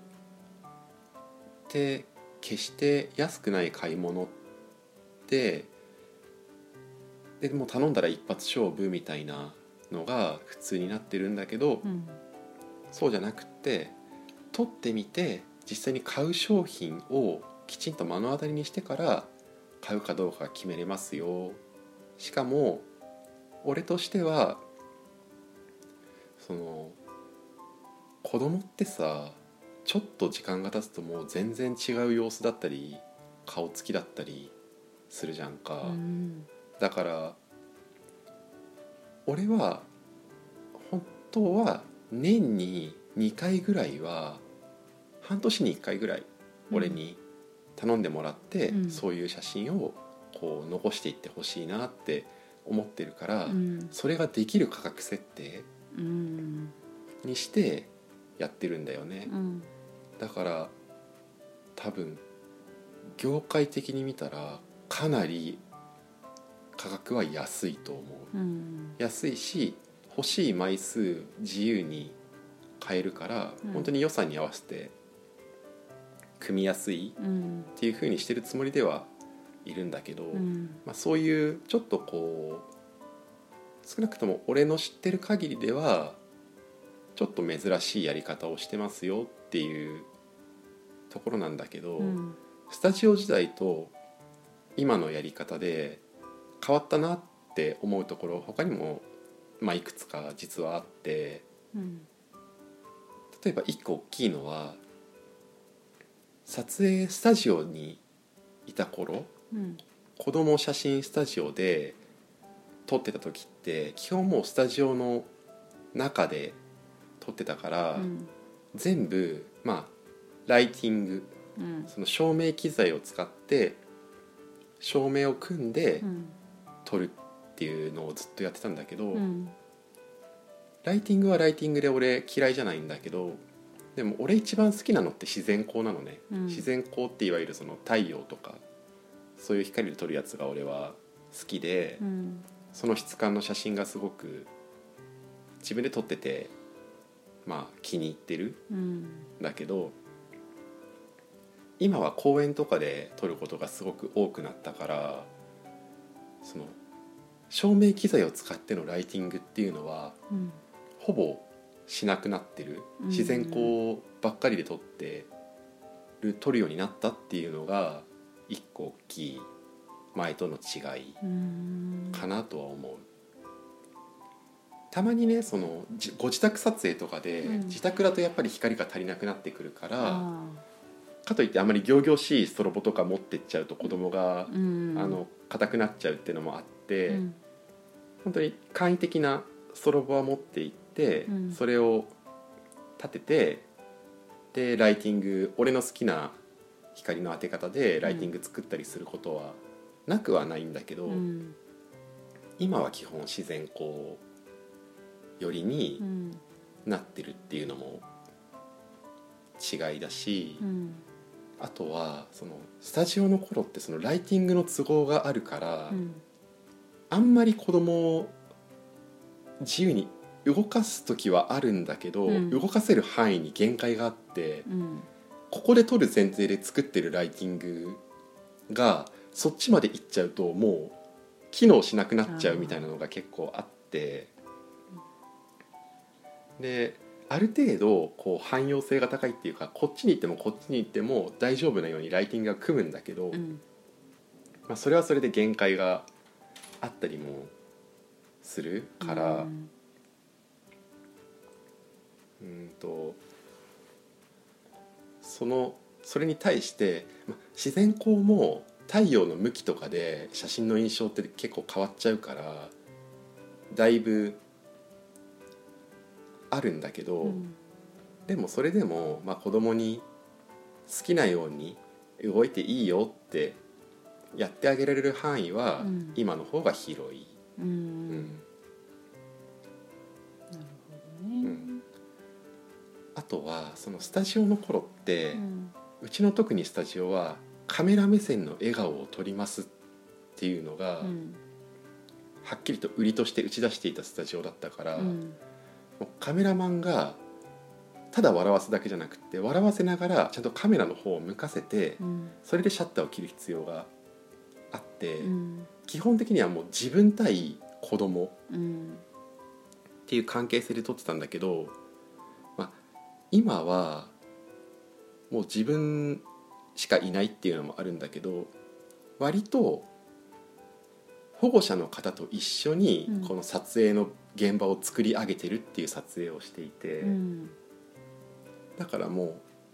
って決して安くない買い物ってでもう頼んだら一発勝負みたいなのが普通になってるんだけど、うん、そうじゃなくって撮ってみて実際に買う商品をきちんと目の当たりにしてから買うかどうか決めれますよ。しかも俺としてはその子供ってさちょっと時間が経つともう全然違う様子だったり顔つきだったりするじゃんか、うん、だから俺は本当は年ににかいぐらいは半年にいっかいぐらい俺に頼んでもらって、うん、そういう写真をこう残していってほしいなって思ってるから、うん、それができる価格設定にしてやってるんだよね、うん、だから多分業界的に見たらかなり価格は安いと思う、うん、安いし欲しい枚数自由に買えるから、うん、本当に予算に合わせて組みやすいっていう風にしてるつもりではいるんだけど、うんまあ、そういうちょっとこう少なくとも俺の知ってる限りではちょっと珍しいやり方をしてますよっていうところなんだけど、うん、スタジオ時代と今のやり方で変わったなって思うところ他にも、まあ、いくつか実はあって、うん、例えば一個大きいのは撮影スタジオにいた頃、うん、子供写真スタジオで撮ってた時って基本もうスタジオの中で撮ってたから、うん、全部まあライティング、うん、その照明機材を使って照明を組んで撮るっていうのをずっとやってたんだけど、うん、ライティングはライティングで俺嫌いじゃないんだけどでも俺一番好きなのって自然光なのね、うん、自然光っていわゆるその太陽とかそういう光で撮るやつが俺は好きで、うん、その質感の写真がすごく自分で撮っててまあ気に入ってるんだけど、うん、今は公園とかで撮ることがすごく多くなったからその照明機材を使ってのライティングっていうのは、うん、ほぼしなくなってる、自然光ばっかりで撮ってる撮るようになったっていうのが一個大きい前との違いかなとは思う。たまにねそのご自宅撮影とかで、うん、自宅だとやっぱり光が足りなくなってくるからかといってあまり仰々しいストロボとか持ってっちゃうと子供が、うん、あの硬くなっちゃうっていうのもあって、うん、本当に簡易的なストロボは持っていって、うん、それを立ててでライティング俺の好きな光の当て方でライティング作ったりすることはなくはないんだけど、うん、今は基本自然光よりになってるっていうのも違いだし、うん、あとはそのスタジオの頃ってそのライティングの都合があるから、うん、あんまり子供を自由に動かす時はあるんだけど、うん、動かせる範囲に限界があって、うん、ここで撮る前提で作ってるライティングがそっちまで行っちゃうともう機能しなくなっちゃうみたいなのが結構あって、である程度こう汎用性が高いっていうかこっちに行ってもこっちに行っても大丈夫なようにライティングが組むんだけど、うんまあ、それはそれで限界があったりもするから、うん、うんとそのそれに対して、まあ、自然光も太陽の向きとかで写真の印象って結構変わっちゃうからだいぶあるんだけど、うん、でもそれでも、まあ、子供に好きなように動いていいよってやってあげられる範囲は、うん、今の方が広い。うん、うん、なるほどね、うん、あとはそのスタジオの頃って、うん、うちの特にスタジオはカメラ目線の笑顔を撮りますっていうのが、うん、はっきりと売りとして打ち出していたスタジオだったから、うん、もうカメラマンがただ笑わすだけじゃなくて笑わせながらちゃんとカメラの方を向かせて、うん、それでシャッターを切る必要があって、うん、基本的にはもう自分対子供っていう関係性で撮ってたんだけど、まあ、今はもう自分しかいないっていうのもあるんだけど、割と保護者の方と一緒にこの撮影の現場を作り上げてるっていう撮影をしていて、うん、だからもう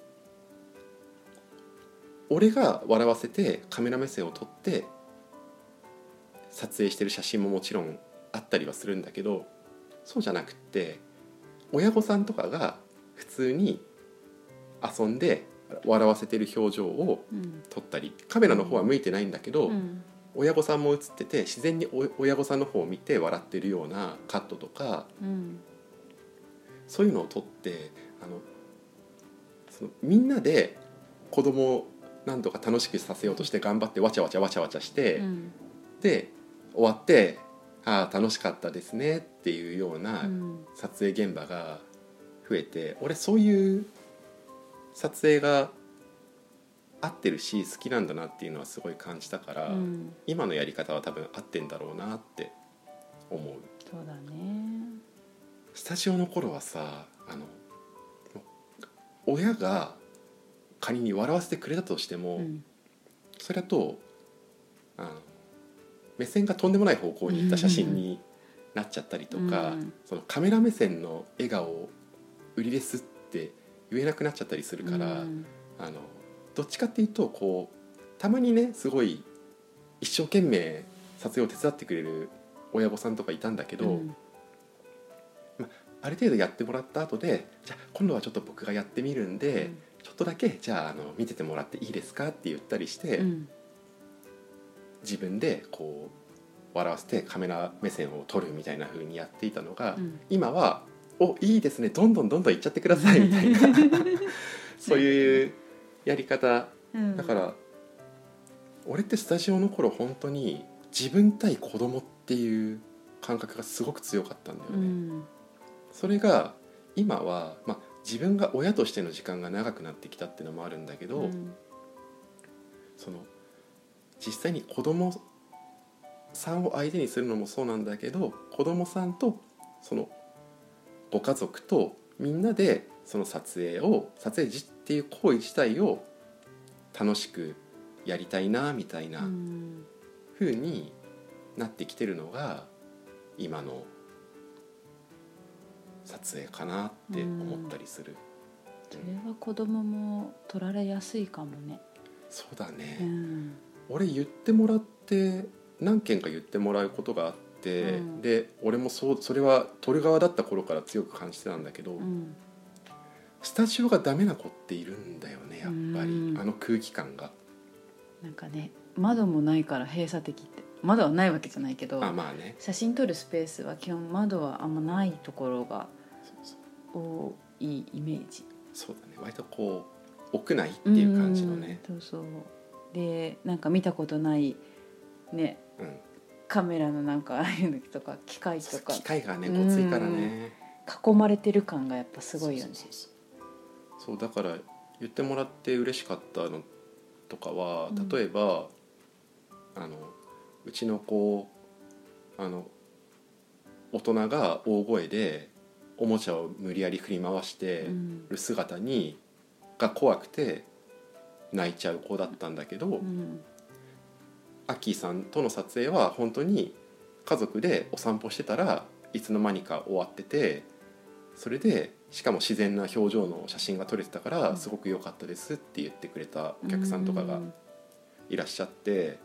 俺が笑わせてカメラ目線を撮って撮影してる写真ももちろんあったりはするんだけど、そうじゃなくって親御さんとかが普通に遊んで笑わせてる表情を撮ったり、カメラの方は向いてないんだけど、うん、親御さんも映ってて自然に親御さんの方を見て笑ってるようなカットとか、うん、そういうのを撮ってあのそのみんなで子供を何とか楽しくさせようとして頑張ってわちゃわちゃわちゃわちゃして、うん、で終わってああ楽しかったですねっていうような撮影現場が増えて、うん、俺そういう撮影が合ってるし好きなんだなっていうのはすごい感じたから、うん、今のやり方は多分合ってんだろうなって思う。 そうだね。 スタジオの頃はさ、あの親が仮に笑わせてくれたとしても、うん、それだとあの目線がとんでもない方向に行った写真になっちゃったりとか、うん、そのカメラ目線の笑顔を売りですって言えなくなっちゃったりするから、うん、あのどっちかっていうとこうたまにねすごい一生懸命撮影を手伝ってくれる親御さんとかいたんだけど、うんま、ある程度やってもらった後でじゃあ今度はちょっと僕がやってみるんで、うん、ちょっとだけじゃあ、あの見ててもらっていいですかって言ったりして、うん、自分でこう笑わせてカメラ目線を撮るみたいな風にやっていたのが、うん、今はおいいですねどんどんどんどんいっちゃってくださいみたいなそういうやり方、うん、だから俺ってスタジオの頃本当に自分対子供っていう感覚がすごく強かったんだよね、うん、それが今は、まあ、自分が親としての時間が長くなってきたっていうのもあるんだけど、うん、その実際に子供さんを相手にするのもそうなんだけど、子供さんとそのご家族とみんなでその撮影を撮影時っていう行為自体を楽しくやりたいなみたいな風になってきてるのが今の撮影かなって思ったりする。 それは子供も撮られやすいかもね。 そうだね、うん、俺言ってもらって何件か言ってもらうことがあって、うん、で俺もそうそれは撮る側だった頃から強く感じてたんだけど、うん、スタジオがダメな子っているんだよねやっぱり、うん、あの空気感がなんかね、窓もないから閉鎖的って、窓はないわけじゃないけど、 あ、まあね、 写真撮るスペースは基本窓はあんまないところが多いイメージ。 そうだね、割とこう屋内っていう感じのね、 うん、そうそうで、なんか見たことないね、うん、カメラのなんかああいうのとか機械とか機械がねごついからね、 囲まれてる感がやっぱすごいよね。 そうそうそうそう、そうだから言ってもらって嬉しかったのとかは、例えば、うん、あのうちの子あの大人が大声でおもちゃを無理やり振り回してる姿に、うん、が怖くて泣いちゃう子だったんだけど、うん、アッキーさんとの撮影は本当に家族でお散歩してたらいつの間にか終わってて、それでしかも自然な表情の写真が撮れてたからすごく良かったですって言ってくれたお客さんとかがいらっしゃって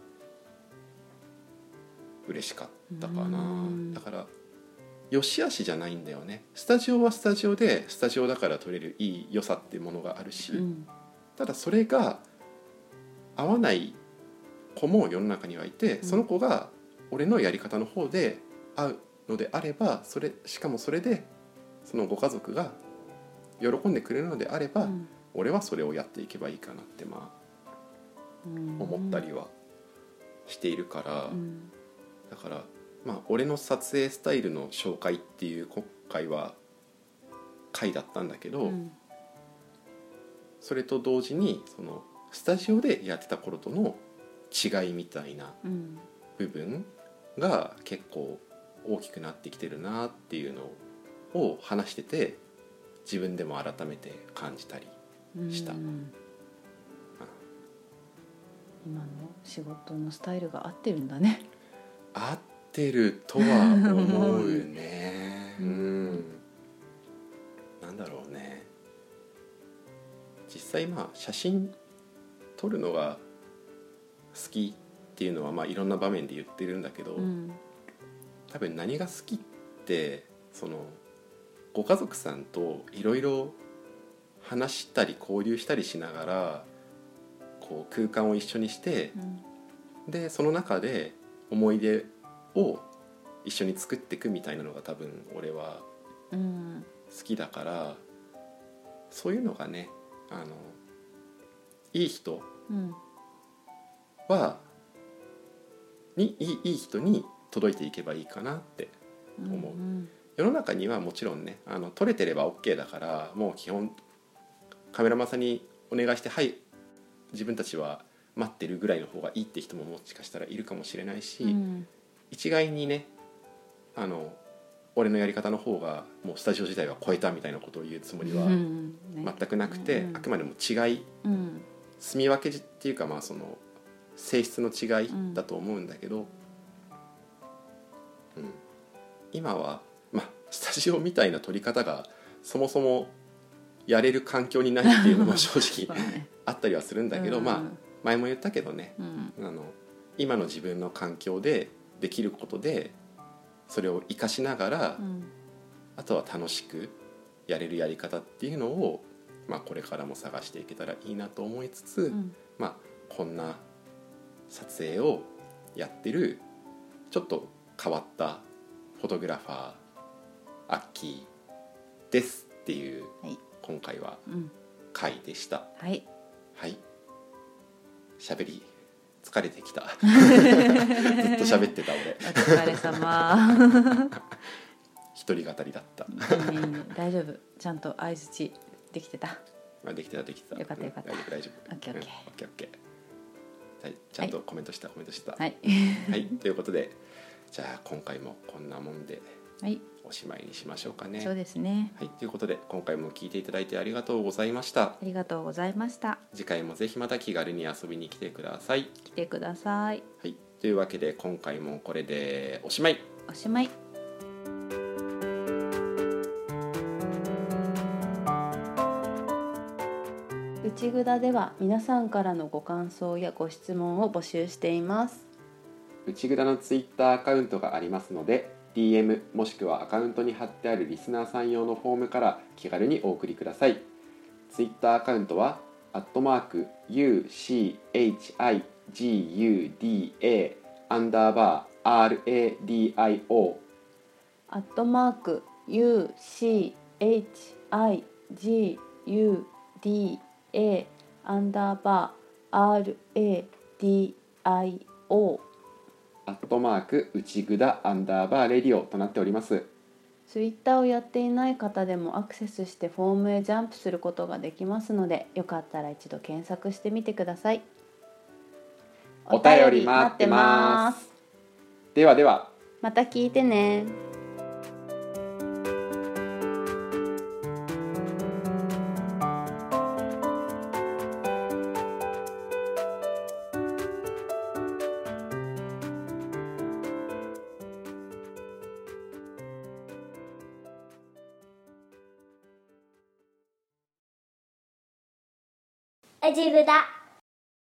嬉しかったかな。だから良し悪しじゃないんだよね。スタジオはスタジオでスタジオだから撮れるいい良さっていうものがあるし、うん、 ただそれが合わない子も世の中にはいて、その子が俺のやり方の方で合うのであれば、それしかもそれでそのご家族が喜んでくれるのであれば、うん、俺はそれをやっていけばいいかなってまあ、うん、思ったりはしているから、うん、だからまあ俺の撮影スタイルの紹介っていう今回は回だったんだけど、うん、それと同時にそのスタジオでやってた頃との違いみたいな部分が結構大きくなってきてるなっていうのを話してて、自分でも改めて感じたりした、うん、 今の仕事のスタイルが合ってるんだね。 合ってるとは思うねうん、なんだろうね、実際まあ写真撮るのが好きっていうのはまあいろんな場面で言ってるんだけど、うん、多分何が好きってそのご家族さんといろいろ話したり交流したりしながらこう空間を一緒にして、うん、でその中で思い出を一緒に作っていくみたいなのが多分俺は好きだから、うん、そういうのがね、あのいい人は、うん、にいい、いい人に届いていけばいいかなって思う、うんうん、世の中にはもちろんね、あの撮れてれば OK だからもう基本カメラマンさんにお願いしてはい自分たちは待ってるぐらいの方がいいって人ももしかしたらいるかもしれないし、うん、一概にねあの俺のやり方の方がもうスタジオ自体は超えたみたいなことを言うつもりは全くなくて、うんね、あくまでも違い、うん、住み分けっていうかまあその性質の違いだと思うんだけど、うんうん、今はまあスタジオみたいな撮り方がそもそもやれる環境にないっていうのも正直あったりはするんだけど、うん、まあ前も言ったけどね、うん、あの今の自分の環境でできることでそれを生かしながら、うん、あとは楽しくやれるやり方っていうのを、まあ、これからも探していけたらいいなと思いつつ、うん、まあこんな撮影をやってるちょっと変わったフォトグラファーアッキーですっていう、はい、今回は回でした。 はいはい喋り疲れてきたずっと喋ってた俺お疲れ様一人語りだった、 いいねいいね、大丈夫、ちゃんと相槌できてた。 あできてたできてた、 よかったよかった、 うん、大丈夫大丈夫、 オッケーオッケー、 うん、オッケーオッケー、はい、ちゃんとコメントした、はい、コメントした、 はい、 はい、ということでじゃあ今回もこんなもんでおしまいにしましょうかね、はい、 そうですね、 はい、ということで今回も聞いていただいてありがとうございました。 ありがとうございました。 次回もぜひまた気軽に遊びに来てください。 来てください。 はい、というわけで今回もこれでおしまい。 おしまい。内ぐだでは皆さんからのご感想やご質問を募集しています。 内ぐだのツイッターアカウントがありますので ディーエム もしくはアカウントに貼ってあるリスナーさん用のフォームから気軽にお送りください。ツイッターアカウントはアットマーク ユーシーエイチアイジーユーディーエー アンダーバー アールエーディーアイオーアットマーク ユーシーエイチアイジーユーディーエー アンダーバー アールエーディーアイオーアットマーク内ぐだアンダーバーレディオとなっております。 ツイッターをやっていない方でもアクセスしてフォームへジャンプすることができますので、よかったら一度検索してみてください。 お便り待ってます。ではでは、 また聞いてね。 内ぐだ。